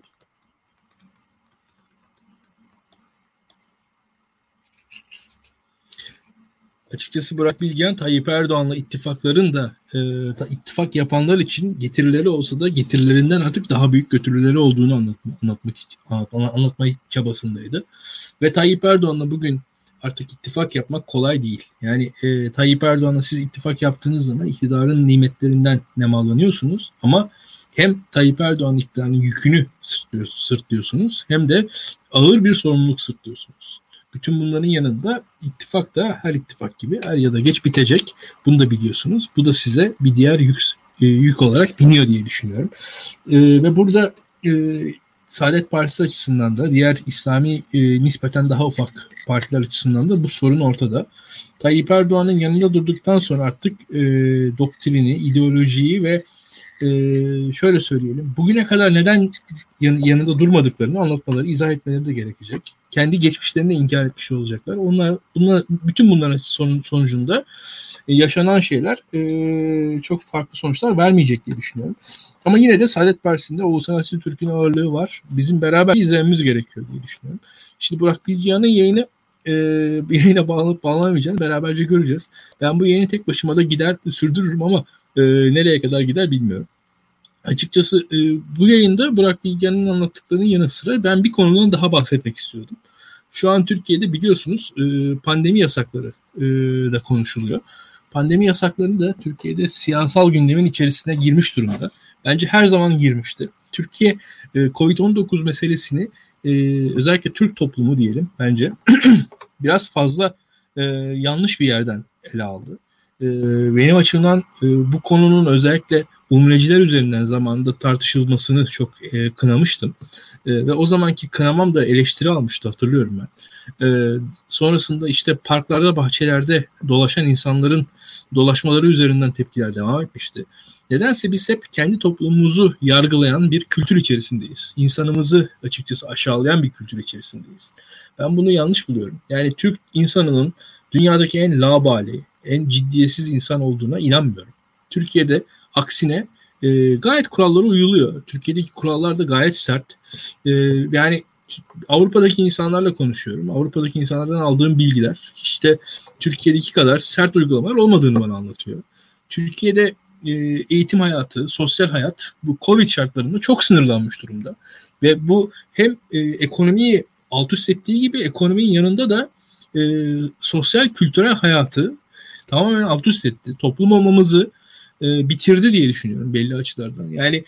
Açıkçası Burak Bilgehan, Tayyip Erdoğan'la ittifakların da e, ta, ittifak yapanlar için getirileri olsa da getirilerinden artık daha büyük götürüleri olduğunu anlatma, anlatmak anlatma, anlatma çabasındaydı. Ve Tayyip Erdoğan'la bugün artık ittifak yapmak kolay değil. Yani e, Tayyip Erdoğan'la siz ittifak yaptığınız zaman iktidarın nimetlerinden nemalanıyorsunuz ama hem Tayyip Erdoğan'ın iktidarının yükünü sırtlıyorsunuz hem de ağır bir sorumluluk sırtlıyorsunuz. Bütün bunların yanında ittifak da her ittifak gibi er ya da geç bitecek. Bunu da biliyorsunuz. Bu da size bir diğer yük, e, yük olarak biniyor diye düşünüyorum. E, ve burada e, Saadet Partisi açısından da diğer İslami e, nispeten daha ufak partiler açısından da bu sorun ortada. Tayyip Erdoğan'ın yanında durduktan sonra artık e, doktrini, ideolojiyi ve e, şöyle söyleyelim, bugüne kadar neden yan, yanında durmadıklarını anlatmaları, izah etmeleri de gerekecek. Kendi geçmişlerini inkar etmiş olacaklar. Onlar, bunlar, bütün bunların son, sonucunda e, yaşanan şeyler e, çok farklı sonuçlar vermeyecek diye düşünüyorum. Ama yine de Saadet Partisi'nde Oğuzhan Asil Türk'ün ağırlığı var. Bizim beraber izlememiz gerekiyor diye düşünüyorum. Şimdi Burak Bilgehan'ın yayını e, bir yayına bağlanıp bağlanamayacağını beraberce göreceğiz. Ben bu yayını tek başıma da gider sürdürürüm ama e, nereye kadar gider bilmiyorum. Açıkçası e, bu yayında Burak Bilgehan'ın anlattıklarının yanı sıra ben bir konudan daha bahsetmek istiyordum. Şu an Türkiye'de biliyorsunuz e, pandemi yasakları e, da konuşuluyor. Pandemi yasakları da Türkiye'de siyasal gündemin içerisine girmiş durumda. Bence her zaman girmişti. Türkiye e, kovid on dokuz meselesini e, özellikle Türk toplumu diyelim bence biraz fazla e, yanlış bir yerden ele aldı. E, benim açımdan e, bu konunun özellikle umreciler üzerinden zamanında tartışılmasını çok e, kınamıştım. E, ve o zamanki kınamam da eleştiri almıştı, hatırlıyorum ben. E, sonrasında işte parklarda, bahçelerde dolaşan insanların dolaşmaları üzerinden tepkiler devam etmişti. Nedense biz hep kendi toplumumuzu yargılayan bir kültür içerisindeyiz. İnsanımızı açıkçası aşağılayan bir kültür içerisindeyiz. Ben bunu yanlış buluyorum. Yani Türk insanının dünyadaki en labali, en ciddiyetsiz insan olduğuna inanmıyorum. Türkiye'de aksine e, gayet kurallara uyuluyor. Türkiye'deki kurallar da gayet sert. E, yani Avrupa'daki insanlarla konuşuyorum. Avrupa'daki insanlardan aldığım bilgiler işte Türkiye'deki kadar sert uygulamalar olmadığını bana anlatıyor. Türkiye'de e, eğitim hayatı, sosyal hayat bu Covid şartlarında çok sınırlanmış durumda. Ve bu hem e, ekonomiyi alt üst ettiği gibi ekonominin yanında da e, sosyal kültürel hayatı tamamen alt üst etti. Toplum olmamızı e, bitirdi diye düşünüyorum belli açılardan. Yani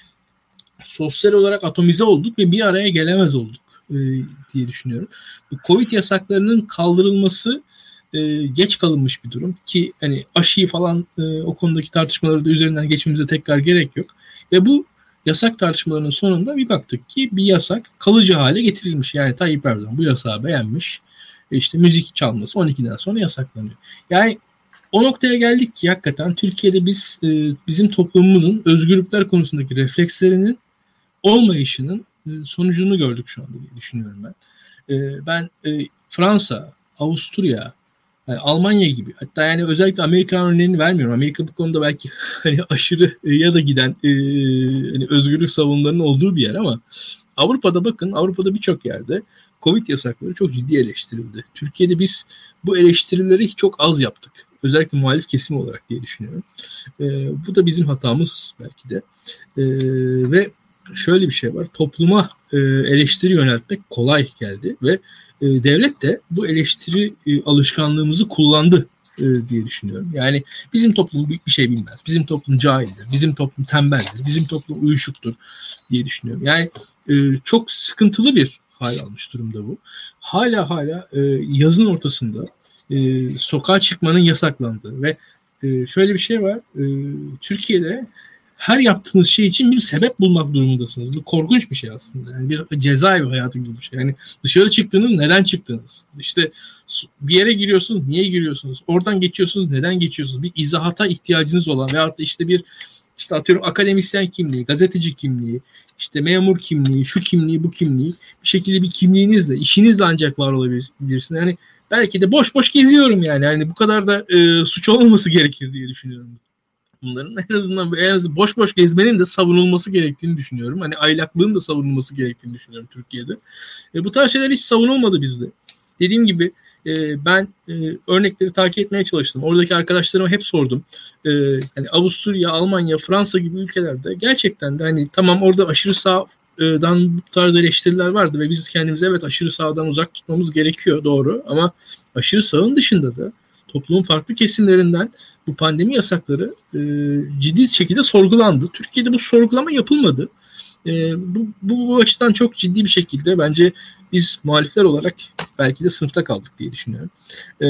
sosyal olarak atomize olduk ve bir araya gelemez olduk e, diye düşünüyorum. Bu Covid yasaklarının kaldırılması e, geç kalınmış bir durum ki hani aşıyı falan e, o konudaki tartışmaları da üzerinden geçmemize tekrar gerek yok. Ve bu yasak tartışmalarının sonunda bir baktık ki bir yasak kalıcı hale getirilmiş. Yani Tayyip Erdoğan bu yasağı beğenmiş. E işte müzik çalması on ikiden sonra yasaklanıyor. Yani o noktaya geldik ki hakikaten Türkiye'de biz e, bizim toplumumuzun özgürlükler konusundaki reflekslerinin olmayışının e, sonucunu gördük şu anda diye düşünüyorum ben. E, ben e, Fransa, Avusturya, yani Almanya gibi, hatta yani özellikle Amerika örneğini vermiyorum. Amerika bu konuda belki hani aşırı e, ya da giden e, hani özgürlük savunularının olduğu bir yer ama Avrupa'da bakın, Avrupa'da birçok yerde Covid yasakları çok ciddi eleştirildi. Türkiye'de biz bu eleştirileri çok az yaptık. Özellikle muhalif kesim olarak diye düşünüyorum. E, bu da bizim hatamız belki de. E, ve şöyle bir şey var. Topluma e, eleştiri yöneltmek kolay geldi ve e, devlet de bu eleştiri e, alışkanlığımızı kullandı e, diye düşünüyorum. Yani bizim toplum bir şey bilmez. Bizim toplum cahildir. Bizim toplum tembeldir. Bizim toplum uyuşuktur diye düşünüyorum. Yani e, çok sıkıntılı bir hal almış durumda bu. Hala hala e, yazın ortasında e, sokağa çıkmanın yasaklandığı ve e, şöyle bir şey var. E, Türkiye'de her yaptığınız şey için bir sebep bulmak durumundasınız. Bu korkunç bir şey aslında. Yani bir cezaevi hayatı gibi bir şey. Yani dışarı çıktınız, neden çıktınız? İşte bir yere giriyorsunuz, niye giriyorsunuz? Oradan geçiyorsunuz, neden geçiyorsunuz? Bir izahata ihtiyacınız olan veyahut da işte bir işte atıyorum akademisyen kimliği, gazeteci kimliği, işte memur kimliği, şu kimliği, bu kimliği, bir şekilde bir kimliğinizle, işinizle ancak var olabilirsiniz. Yani belki de boş boş geziyorum yani. Yani bu kadar da e, suç olmaması gerekir diye düşünüyorum. Bunların en azından en azından boş boş gezmenin de savunulması gerektiğini düşünüyorum. Hani aylaklığın da savunulması gerektiğini düşünüyorum Türkiye'de. E, bu tarz şeyler hiç savunulmadı bizde. Dediğim gibi e, ben e, örnekleri takip etmeye çalıştım. Oradaki arkadaşlarıma hep sordum. E, hani Avusturya, Almanya, Fransa gibi ülkelerde gerçekten de hani tamam orada aşırı sağdan bu tarz eleştiriler vardı ve biz kendimizi evet aşırı sağdan uzak tutmamız gerekiyor, doğru, ama aşırı sağın dışında da toplumun farklı kesimlerinden bu pandemi yasakları e, ciddi şekilde sorgulandı. Türkiye'de bu sorgulama yapılmadı. E, bu, bu, bu açıdan çok ciddi bir şekilde bence biz muhalifler olarak belki de sınıfta kaldık diye düşünüyorum. E,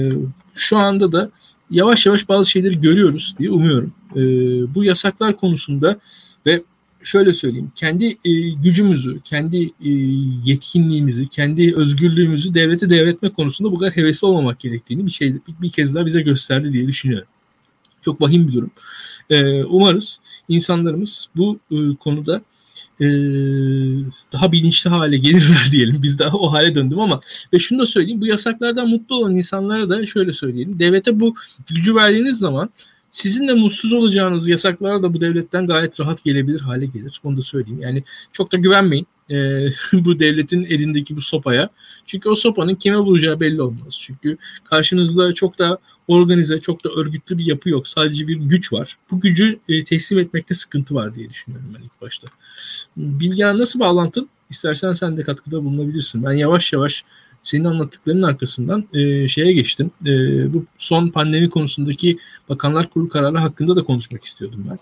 şu anda da yavaş yavaş bazı şeyleri görüyoruz diye umuyorum. E, bu yasaklar konusunda ve şöyle söyleyeyim, kendi e, gücümüzü, kendi e, yetkinliğimizi, kendi özgürlüğümüzü devlete devretme konusunda bu kadar hevesli olmamak gerektiğini bir şey bir, bir kez daha bize gösterdi diye düşünüyorum. Çok vahim bir durum. E, umarız insanlarımız bu e, konuda e, daha bilinçli hale gelirler diyelim. Biz daha o hale döndüm ama ve şunu da söyleyeyim, bu yasaklardan mutlu olan insanlara da şöyle söyleyelim. Devlete bu gücü verdiğiniz zaman sizin de mutsuz olacağınız yasaklar da bu devletten gayet rahat gelebilir hale gelir. Onu da söyleyeyim. Yani çok da güvenmeyin e, bu devletin elindeki bu sopaya. Çünkü o sopanın kime vuracağı belli olmaz. Çünkü karşınızda çok da organize, çok da örgütlü bir yapı yok. Sadece bir güç var. Bu gücü e, teslim etmekte sıkıntı var diye düşünüyorum ben ilk başta. Bilgehan, nasıl bağlantın? İstersen sen de katkıda bulunabilirsin. Ben yavaş yavaş senin anlattıklarının arkasından e, şeye geçtim. E, bu son pandemi konusundaki Bakanlar Kurulu kararı hakkında da konuşmak istiyordum ben.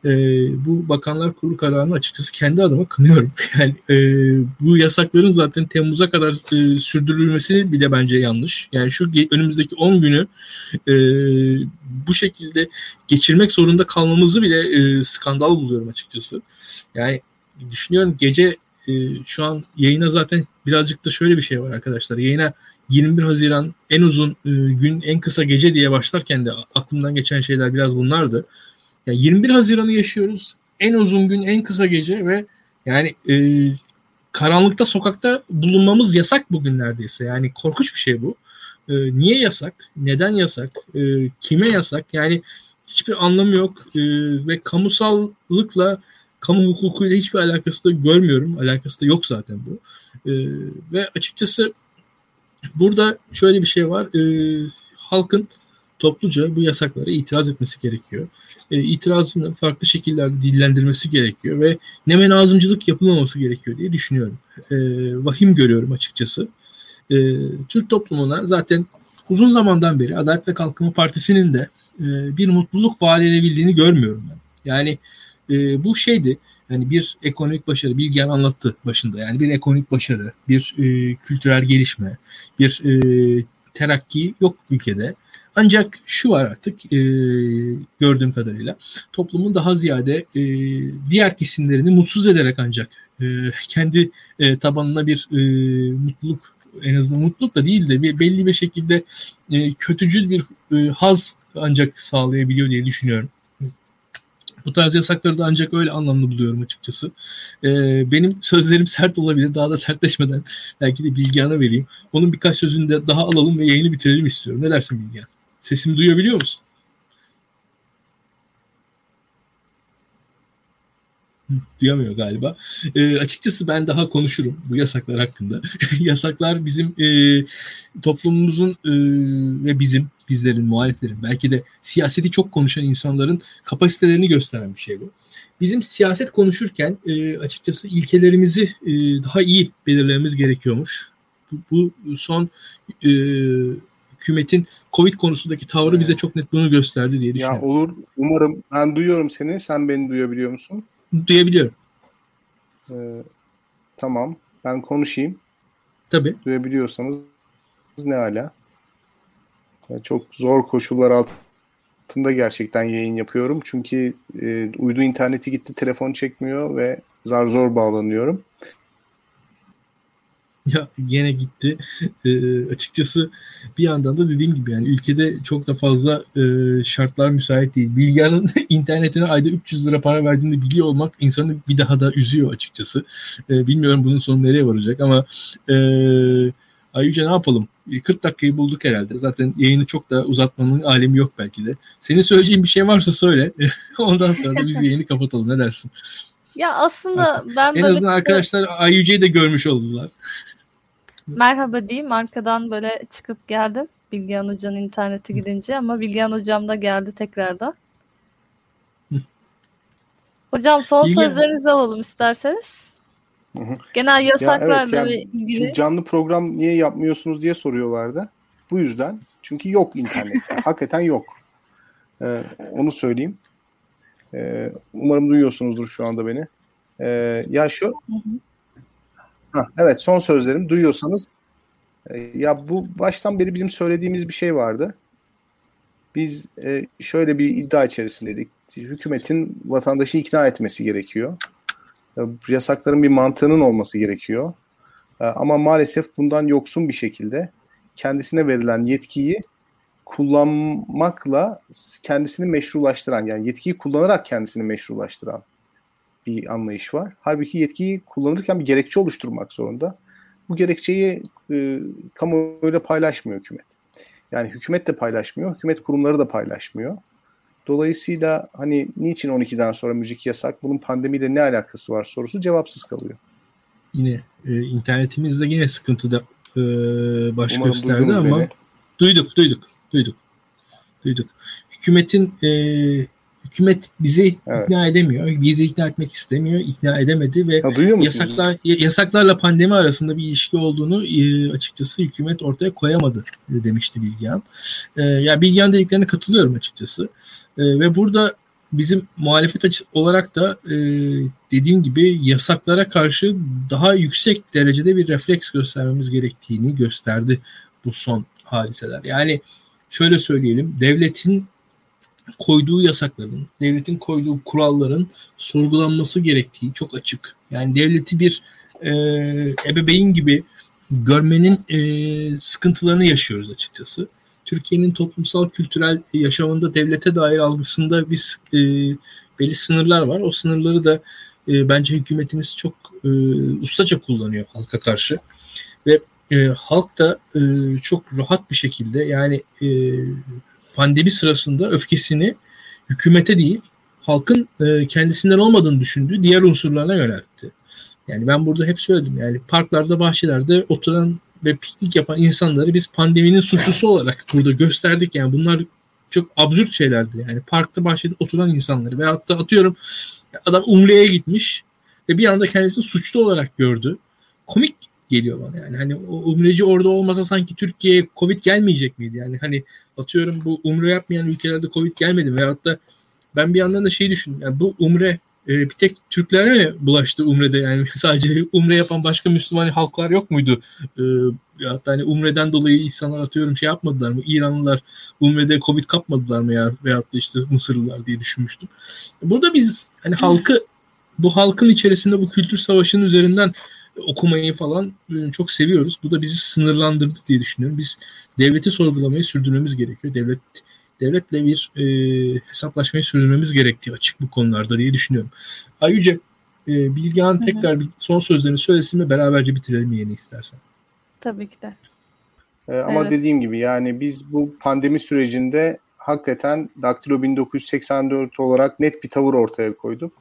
e, bu Bakanlar Kurulu kararını açıkçası kendi adıma kınıyorum. Yani e, bu yasakların zaten Temmuz'a kadar e, sürdürülmesi bile bence yanlış. Yani şu önümüzdeki on günü e, bu şekilde geçirmek zorunda kalmamızı bile e, skandal buluyorum açıkçası. Yani düşünüyorum gece e, şu an yayına zaten birazcık da şöyle bir şey var arkadaşlar. Yayına yirmi bir Haziran en uzun e, gün en kısa gece diye başlarken de aklımdan geçen şeyler biraz bunlardı. Yani yirmi bir Haziran'ı yaşıyoruz. En uzun gün, en kısa gece ve yani e, karanlıkta sokakta bulunmamız yasak bugün neredeyse. Yani korkunç bir şey bu. E, niye yasak? Neden yasak? E, kime yasak? Yani hiçbir anlamı yok e, ve kamusallıkla, kamu hukukuyla hiçbir alakası da görmüyorum. Alakası da yok zaten bu. E, ve açıkçası burada şöyle bir şey var. E, halkın topluca bu yasaklara itiraz etmesi gerekiyor. E, itirazını farklı şekillerde dillendirmesi gerekiyor ve nemenazımcılık yapılmaması gerekiyor diye düşünüyorum. E, vahim görüyorum açıkçası. E, Türk toplumuna zaten uzun zamandan beri Adalet ve Kalkınma Partisi'nin de e, bir mutluluk vaat edebildiğini görmüyorum ben. Yani e, bu şeydi. Yani bir ekonomik başarı, Bilgehan anlattı başında. Yani bir ekonomik başarı, bir e, kültürel gelişme, bir e, terakki yok ülkede. Ancak şu var artık e, gördüğüm kadarıyla toplumun daha ziyade e, diğer kesimlerini mutsuz ederek ancak e, kendi e, tabanına bir e, mutluluk, en azından mutluluk da değil de bir, belli bir şekilde e, kötücül bir e, haz ancak sağlayabiliyor diye düşünüyorum. Bu tarz yasakları da ancak öyle anlamlı buluyorum açıkçası. Ee, benim sözlerim sert olabilir. Daha da sertleşmeden belki de Bilgehan'a vereyim. Onun birkaç sözünü de daha alalım ve yayını bitirelim istiyorum. Ne dersin Bilgehan? Sesimi duyabiliyor musun? Duyamıyor galiba. E, açıkçası ben daha konuşurum bu yasaklar hakkında. Yasaklar bizim e, toplumumuzun e, ve bizim, bizlerin, muhaliflerin, belki de siyaseti çok konuşan insanların kapasitelerini gösteren bir şey bu. Bizim siyaset konuşurken e, açıkçası ilkelerimizi e, daha iyi belirlememiz gerekiyormuş. Bu, bu son e, hükümetin Covid konusundaki tavrı evet. bize çok net bunu gösterdi diye düşünüyorum. Ya olur. Umarım ben duyuyorum seni. Sen beni duyabiliyor musun? Duyabiliyorum. Ee, tamam. Ben konuşayım. Tabii. Duyabiliyorsanız ne hala. Yani çok zor koşullar altında gerçekten yayın yapıyorum. Çünkü e, uydu interneti gitti, telefon çekmiyor ve zar zor bağlanıyorum. Ya gene gitti. E, açıkçası bir yandan da dediğim gibi yani ülkede çok da fazla e, şartlar müsait değil. Bilgehan'ın internetine ayda üç yüz lira para verdiğini biliyor olmak insanı bir daha da üzüyor açıkçası. E, bilmiyorum bunun sonu nereye varacak ama e, Ayrıca ne yapalım? kırk dakikayı bulduk herhalde. Zaten yayını çok da uzatmanın alemi yok belki de. Senin söyleyeceğin bir şey varsa söyle. Ondan sonra da biz yayını kapatalım. Ne dersin? Ya aslında Artık. ben en azından arkadaşlar A Y C'yi de görmüş oldular. Merhaba diyeyim. Arkadan böyle çıkıp geldim. Bilgehan Hoca'nın interneti gidince ama Bilgehan Hocam da geldi tekrardan. Hocam son Bilgehan... sözlerinizi alalım isterseniz. Hı hı. Genel yasaklarla ya evet, ilgili. Şimdi canlı program niye yapmıyorsunuz diye soruyorlardı. Bu yüzden. Çünkü yok internet. Hakikaten yok. Ee, onu söyleyeyim. Ee, umarım duyuyorsunuzdur şu anda beni. Ee, ya şu. Hı hı. Ha, evet son sözlerim. Duyuyorsanız. E, ya bu baştan beri bizim söylediğimiz bir şey vardı. Biz e, şöyle bir iddia içerisindeydik. Hükümetin vatandaşı ikna etmesi gerekiyor. Yasakların bir mantığının olması gerekiyor. Ama maalesef bundan yoksun bir şekilde kendisine verilen yetkiyi kullanmakla kendisini meşrulaştıran, yani yetkiyi kullanarak kendisini meşrulaştıran bir anlayış var. Halbuki yetkiyi kullanırken bir gerekçe oluşturmak zorunda. Bu gerekçeyi e, kamuoyuyla paylaşmıyor hükümet. Yani hükümet de paylaşmıyor, hükümet kurumları da paylaşmıyor. Dolayısıyla hani niçin on ikiden sonra müzik yasak, bunun pandemiyle ne alakası var sorusu cevapsız kalıyor. Yine e, internetimizde yine sıkıntıda e, baş Umarım gösterdi ama beni. duyduk duyduk duyduk duyduk. Hükümetin e, hükümet bizi evet. ikna edemiyor. Bizi ikna etmek istemiyor. İkna edemedi ve ha, yasaklar yasaklarla pandemi arasında bir ilişki olduğunu e, açıkçası hükümet ortaya koyamadı demişti Bilgehan. E, ya Bilgehan dediklerine katılıyorum açıkçası. E, ve burada bizim muhalefet açı olarak da e, dediğim gibi yasaklara karşı daha yüksek derecede bir refleks göstermemiz gerektiğini gösterdi bu son hadiseler. Yani şöyle söyleyelim, devletin koyduğu yasakların, devletin koyduğu kuralların sorgulanması gerektiği çok açık. Yani devleti bir e, ebeveyn gibi görmenin e, sıkıntılarını yaşıyoruz açıkçası. Türkiye'nin toplumsal kültürel yaşamında devlete dair algısında bir e, belli sınırlar var. O sınırları da e, bence hükümetimiz çok e, ustaca kullanıyor halka karşı. Ve e, halk da e, çok rahat bir şekilde yani e, pandemi sırasında öfkesini hükümete değil, halkın e, kendisinden olmadığını düşündüğü diğer unsurlarına yöneltti. Yani ben burada hep söyledim, yani parklarda, bahçelerde oturan ve piknik yapan insanları biz pandeminin suçlusu olarak burada gösterdik. Yani bunlar çok absürt şeylerdi. Yani parkta, bahçede oturan insanları ve hatta atıyorum adam Umre'ye gitmiş ve bir anda kendisini suçlu olarak gördü. Komik geliyor bana yani. Hani o umreci orada olmasa sanki Türkiye'ye Covid gelmeyecek miydi? Yani hani atıyorum bu umre yapmayan ülkelerde Covid gelmedi veyahut da ben bir yandan da şey düşündüm. Yani bu umre e, bir tek Türklere mi bulaştı umrede? Yani sadece umre yapan başka Müslüman halklar yok muydu? E, ya hani umreden dolayı insanlar atıyorum şey yapmadılar mı? İranlılar umrede Covid kapmadılar mı ya? Veyahut da işte Mısırlılar diye düşünmüştüm. Burada biz hani halkı, bu halkın içerisinde bu kültür savaşının üzerinden okumayı falan çok seviyoruz. Bu da bizi sınırlandırdı diye düşünüyorum. Biz devleti sorgulamayı sürdürmemiz gerekiyor. Devlet devletle bir e, hesaplaşmayı sürdürmemiz gerektiği açık bu konularda diye düşünüyorum. Ayrıca e, Bilgehan tekrar bir son sözlerini söylesin ve beraberce bitirelim yeni istersen. Tabii ki de. Ee, ama evet. Dediğim gibi yani biz bu pandemi sürecinde hakikaten Daktilo bin dokuz yüz seksen dört olarak net bir tavır ortaya koyduk.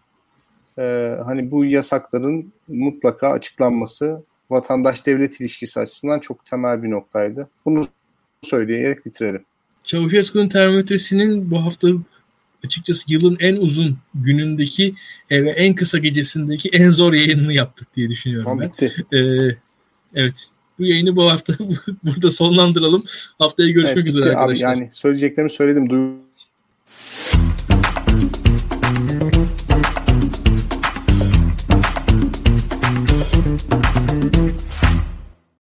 Ee, hani bu yasakların mutlaka açıklanması vatandaş-devlet ilişkisi açısından çok temel bir noktaydı. Bunu söyleyerek bitirelim. Çavuşesku'nun termometresinin bu hafta açıkçası yılın en uzun günündeki ve en kısa gecesindeki en zor yayınını yaptık diye düşünüyorum tamam, ben. Bitti. Ee, evet. Bu yayını bu hafta burada sonlandıralım. Haftaya görüşmek evet, üzere arkadaşlar. Abi, yani söyleyeceklerimi söyledim. Duy-